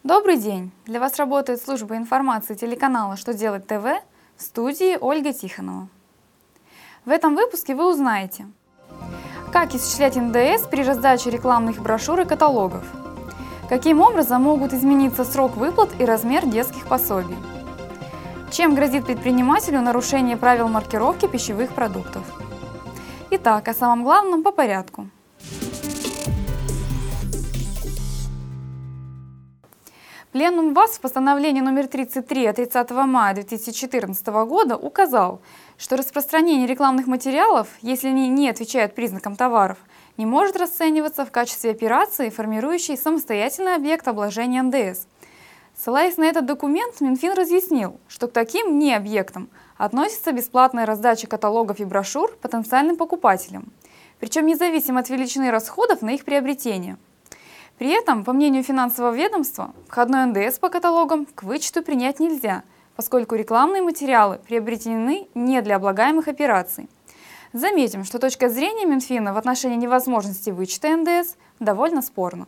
Добрый день! Для вас работает служба информации телеканала «Что делать ТВ», в студии Ольга Тихонова. В этом выпуске вы узнаете, как исчислять НДС при раздаче рекламных брошюр и каталогов, каким образом могут измениться срок выплат и размер детских пособий, чем грозит предпринимателю нарушение правил маркировки пищевых продуктов. Итак, о самом главном по порядку. Пленум ВАС в постановлении номер 33 от 30 мая 2014 года указал, что распространение рекламных материалов, если они не отвечают признакам товаров, не может расцениваться в качестве операции, формирующей самостоятельный объект обложения НДС. Ссылаясь на этот документ, Минфин разъяснил, что к таким необъектам относится бесплатная раздача каталогов и брошюр потенциальным покупателям, причем независимо от величины расходов на их приобретение. При этом, по мнению финансового ведомства, входной НДС по каталогам к вычету принять нельзя, поскольку рекламные материалы приобретены не для облагаемых операций. Заметим, что точка зрения Минфина в отношении невозможности вычета НДС довольно спорна.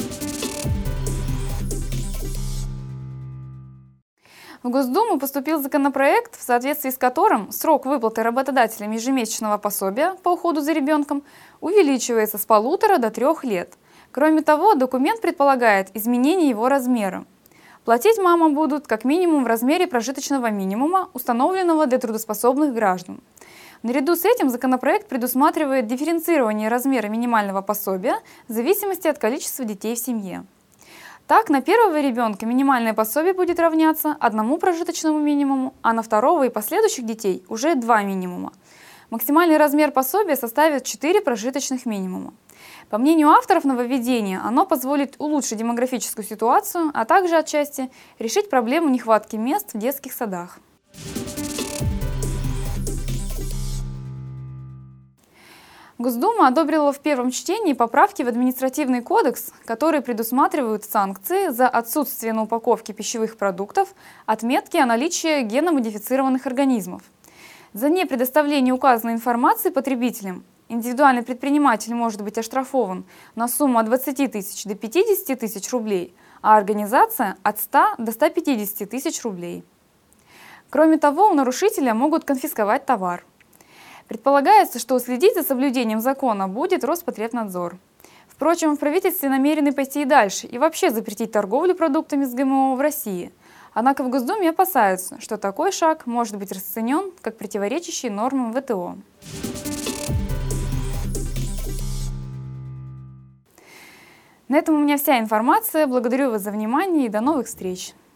В Госдуму поступил законопроект, в соответствии с которым срок выплаты работодателям ежемесячного пособия по уходу за ребенком увеличивается с 1,5 до 3 лет. Кроме того, документ предполагает изменение его размера. Платить мамам будут как минимум в размере прожиточного минимума, установленного для трудоспособных граждан. Наряду с этим законопроект предусматривает дифференцирование размера минимального пособия в зависимости от количества детей в семье. Так, на первого ребенка минимальное пособие будет равняться 1 прожиточному минимуму, а на второго и последующих детей уже 2 минимума. Максимальный размер пособия составит 4 прожиточных минимума. По мнению авторов нововведения, оно позволит улучшить демографическую ситуацию, а также отчасти решить проблему нехватки мест в детских садах. Госдума одобрила в первом чтении поправки в Административный кодекс, которые предусматривают санкции за отсутствие на упаковке пищевых продуктов отметки о наличии генно-модифицированных организмов. За непредоставление указанной информации потребителям индивидуальный предприниматель может быть оштрафован на сумму от 20 тысяч до 50 тысяч рублей, а организация от 100 до 150 тысяч рублей. Кроме того, у нарушителя могут конфисковать товар. Предполагается, что следить за соблюдением закона будет Роспотребнадзор. Впрочем, в правительстве намерены пойти и дальше и вообще запретить торговлю продуктами с ГМО в России. Однако в Госдуме опасаются, что такой шаг может быть расценен как противоречащий нормам ВТО. На этом у меня вся информация. Благодарю вас за внимание и до новых встреч!